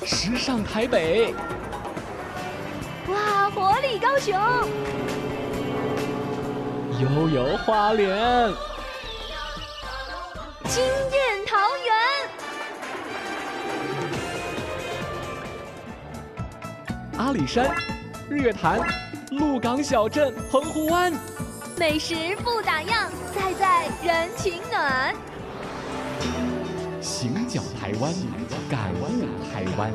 时尚台北。 哇，活力高雄！ 悠悠花莲。 惊艳桃园。阿里山、日月潭、鹿港小镇、澎湖湾， 美食不打烊，在人情暖。 行脚台湾，感悟台湾。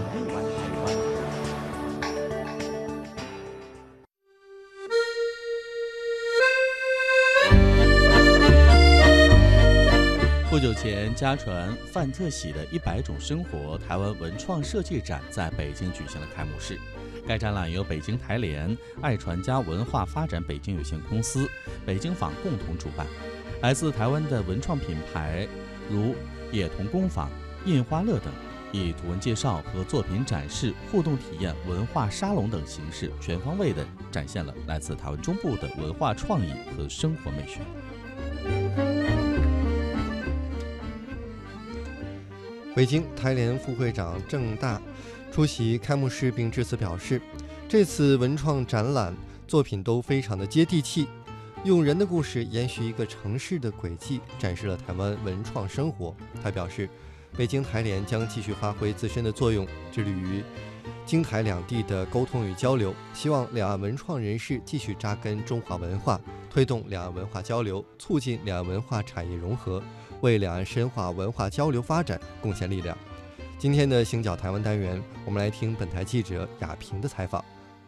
不久前，家传范特喜的100种生活台湾文创设计展在北京举行了开幕式。该展览由北京台联、爱传家文化发展北京有限公司、北京坊共同主办。来自台湾的文创品牌如野童工坊、印花乐等，以图文介绍和作品展示、互动体验、文化沙龙等形式，全方位地展现了来自台湾中部的文化创意和生活美学。 北京台联副会长郑大出席开幕式并致辞表示，这次文创展览作品都非常的接地气，用人的故事延续一个城市的轨迹，展示了台湾文创生活。他表示，北京台联将继续发挥自身的作用，致力于京台两地的沟通与交流，希望两岸文创人士继续扎根中华文化，推动两岸文化交流，促进两岸文化产业融合，为两岸深化文化交流发展贡献力量。今天的行脚台湾单元，我们来听本台记者雅萍的采访。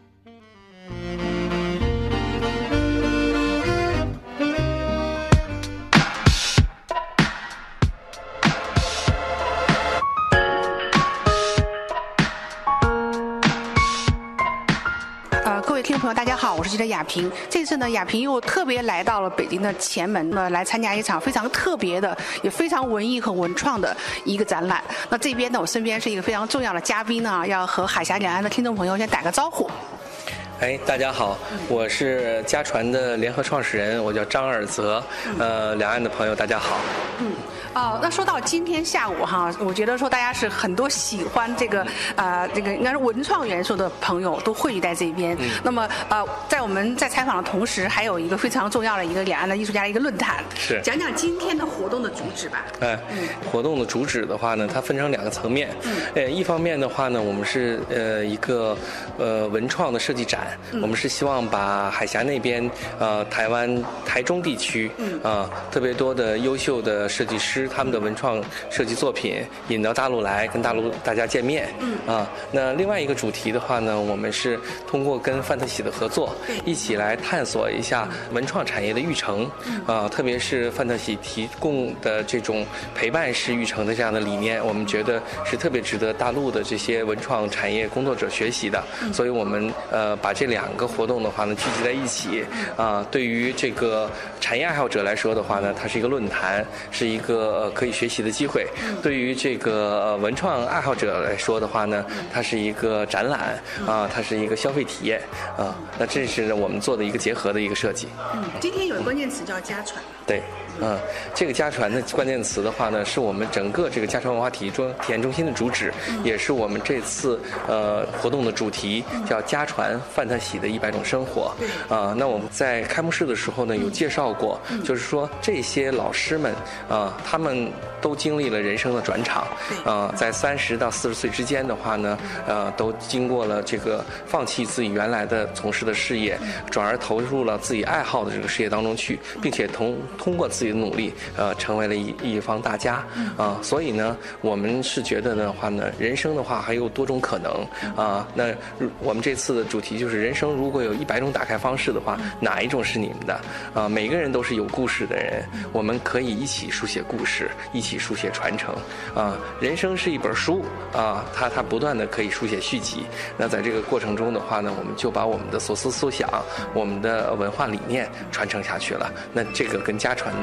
各位听众朋友，大家好，我是记者雅萍。这次呢，雅萍又特别来到了北京的前门呢，来参加一场非常特别的，也非常文艺和文创的一个展览。那这边呢，我身边是一个非常重要的嘉宾呢，要和海峡两岸的听众朋友先打个招呼。 大家好，我是家传的联合创始人，我叫张尔泽。两岸的朋友大家好。 那说到今天下午哈，我觉得说大家是很多喜欢这个应该是文创元素的朋友都汇聚在这边。那么在我们在采访的同时，还有一个非常重要的一个两岸的艺术家的一个论坛。 是。 讲讲今天的活动的主旨吧。 活动的主旨的话呢，它分成2个层面。一方面的话呢，我们是一个文创的设计展。我们是希望把海峡那边台湾台中地区特别多的优秀的设计师他们的文创设计作品引到大陆来，跟大家见面。那另外一个主题的话呢，我们是通过跟范特喜的合作，一起来探索一下文创产业的育成。特别是范特喜提供的这种陪伴式育成的这样的理念，我们觉得是特别值得大陆的这些文创产业工作者学习的。所以我们把这2个活动的话呢聚集在一起。对于这个产业爱好者来说的话呢，它是一个论坛，是一个可以学习的机会。对于这个文创爱好者来说的话呢，它是一个展览它是一个消费体验那这是我们做的一个结合的一个设计。 今天有个关键词叫家传。 对。这个家传的关键词的话呢，是我们整个这个家传文化体验中心的主旨，也是我们这次活动的主题，叫家传范特喜的100种生活。那我们在开幕式的时候呢，有介绍过，就是说这些老师们他们都经历了人生的转场。在30到40岁之间的话呢，都经过了这个放弃自己原来的从事的事业，转而投入了自己爱好的这个事业当中去，并且通过自己的努力成为了一方大家。所以呢，我们是觉得的话呢，人生的话还有多种可能那我们这次的主题就是人生如果有100种打开方式的话，哪一种是你们的？每个人都是有故事的人，我们可以一起书写故事，一起书写传承。人生是一本书它不断的可以书写续集。那在这个过程中的话呢，我们就把我们的所思所想，我们的文化理念传承下去了。那这个跟家传的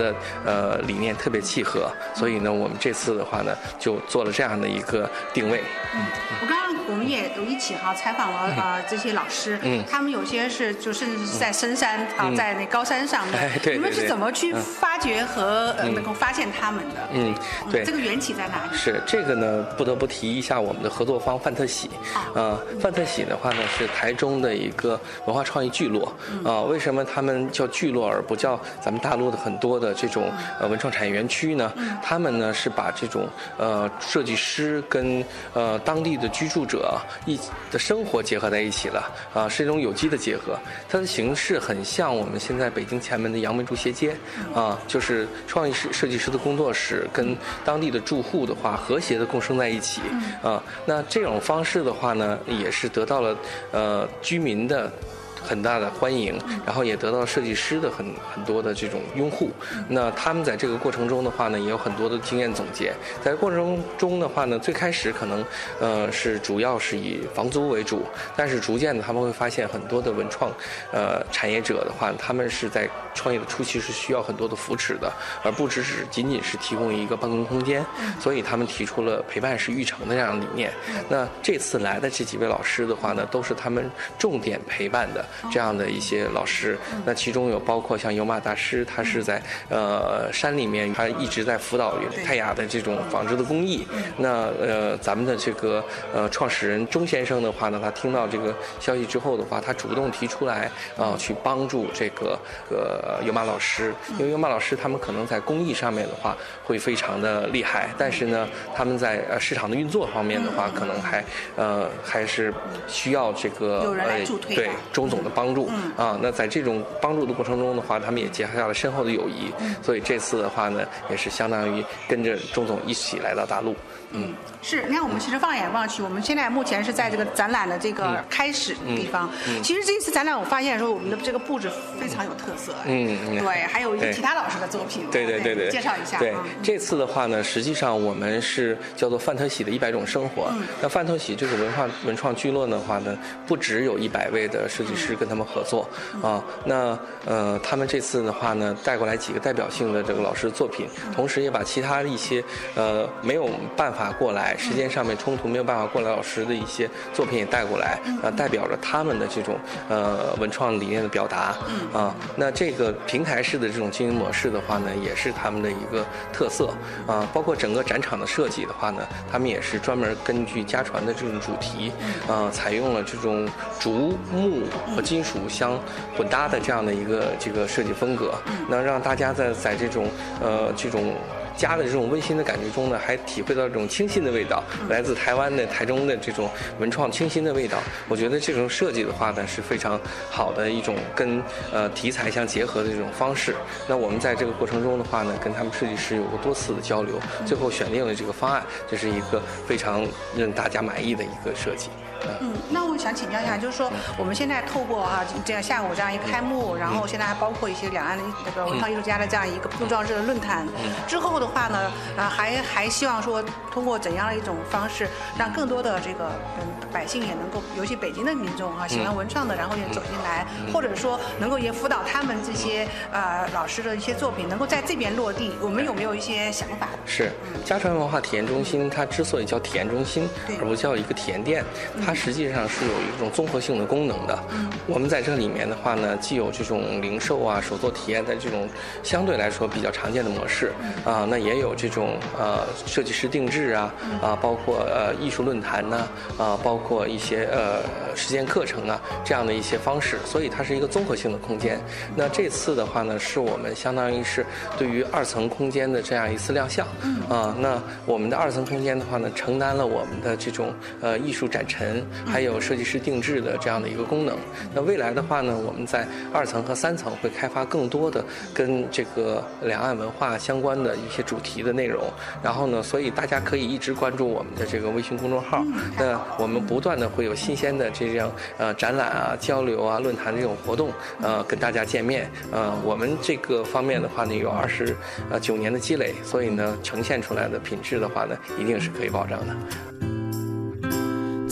的理念特别契合，所以呢，我们这次的话呢，就做了这样的一个定位。 我们也有一起采访了这些老师，他们有些是就甚至是在深山在那高山上的， 对， 你们是怎么去发掘和能够发现他们的？ 对， 这个缘起在哪里？ 是这个呢，不得不提一下我们的合作方范特喜。范特喜的话呢是台中的一个文化创意聚落。为什么他们叫聚落而不叫咱们大陆的很多的这种文创产业园区呢？他们呢是把这种设计师跟当地的居住者的生活结合在一起了，是一种有机的结合。它的形式很像我们现在北京前门的杨梅竹斜街，就是创意设计师的工作室跟当地的住户的话和谐的共生在一起。那这种方式的话呢，也是得到了居民的很大的欢迎，然后也得到设计师的很多的这种拥护。那他们在这个过程中的话呢，也有很多的经验总结。在过程中的话呢，最开始可能是主要是以房租为主，但是逐渐的他们会发现很多的文创产业者的话，他们是在创业的初期是需要很多的扶持的，而不仅仅是提供一个办公空间。所以他们提出了陪伴式育成的这样的理念。那这次来的这几位老师的话呢，都是他们重点陪伴的这样的一些老师。那其中有包括像有马大师，他是在山里面，他一直在辅导泰雅的这种纺织的工艺。那咱们的这个创始人钟先生的话呢，他听到这个消息之后的话，他主动提出来去帮助这个有马老师。因为有马老师他们可能在工艺上面的话会非常的厉害，但是呢他们在市场的运作方面的话，可能还是需要这个有人来助推对钟总的帮助。那在这种帮助的过程中的话，他们也结下了深厚的友谊。所以这次的话呢，也是相当于跟着钟总一起来到大陆。 是，你看我们其实放眼望去，我们现在目前是在这个展览的这个开始地方。其实这次展览我发现说我们的这个布置非常有特色。对，还有一些其他老师的作品。 对， 介绍一下。 对，这次的话呢，实际上我们是叫做范特喜的100种生活。那范特喜这个文创聚落的话呢，不只有100位的设计师跟他们合作那他们这次的话呢，带过来几个代表性的这个老师的作品，同时也把其他一些没有办法过来，时间上面冲突没有办法过来老师的一些作品也带过来，代表着他们的这种文创理念的表达。那这个平台式的这种经营模式的话呢，也是他们的一个特色。包括整个展场的设计的话呢，他们也是专门根据家传的这种主题，采用了这种竹木和金属相混搭的这样的一个这个设计风格，那让大家在这种家的这种温馨的感觉中呢，还体会到这种清新的味道，来自台湾的台中的这种文创清新的味道。我觉得这种设计的话呢，是非常好的一种跟题材相结合的这种方式。那我们在这个过程中的话呢，跟他们设计师有过多次的交流，最后选定了这个方案，这是一个非常让大家满意的一个设计。 那我想请教一下，就是说我们现在透过这样下午这样一个开幕，然后现在还包括一些两岸的这个文创艺术家的这样一个碰撞式的论坛，之后的话呢，还希望说通过怎样的一种方式，让更多的这个百姓也能够，尤其北京的民众喜欢文创的，然后也走进来，或者说能够也辅导他们这些老师的一些作品能够在这边落地，我们有没有一些想法？ 是家传文化体验中心，它之所以叫体验中心，而不叫一个体验店，它实际上是有一种综合性的功能的。我们在这里面的话呢，既有这种零售手作体验的这种相对来说比较常见的模式那也有这种设计师定制包括艺术论坛包括一些实践课程这样的一些方式，所以它是一个综合性的空间。那这次的话呢，是我们相当于是对于2层空间的这样一次亮相那我们的2层空间的话呢，承担了我们的这种艺术展陈，还有设计师定制的这样的一个功能。那未来的话呢，我们在2层和3层会开发更多的跟这个两岸文化相关的一些主题的内容。然后呢，所以大家可以一直关注我们的这个微信公众号。那我们不断的会有新鲜的这样展览交流论坛这种活动跟大家见面。我们这个方面的话呢，有29年的积累，所以呢，呈现出来的品质的话呢，一定是可以保障的。 整个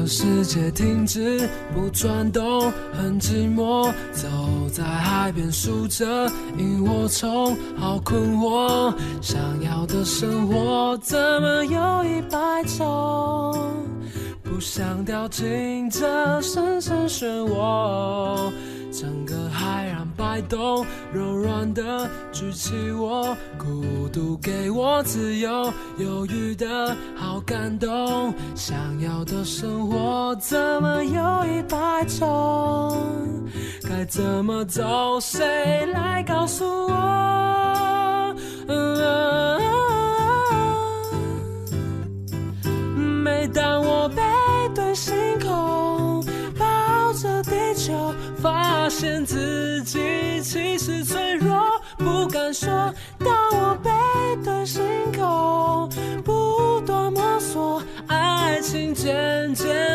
个世界停止不转动，很寂寞，走在海边数着萤火虫，好困惑，想要的生活怎么有100种，不想掉进这深深漩涡，整个海洋摆动，柔软的举起我，孤独给我自由，犹豫的好感动，想要的生活怎么有100种，该怎么走，谁来告诉我？每当我背对星空，抱着地球，发现自己其实脆弱，不敢说。当我背对星空，不断摸索，爱情渐渐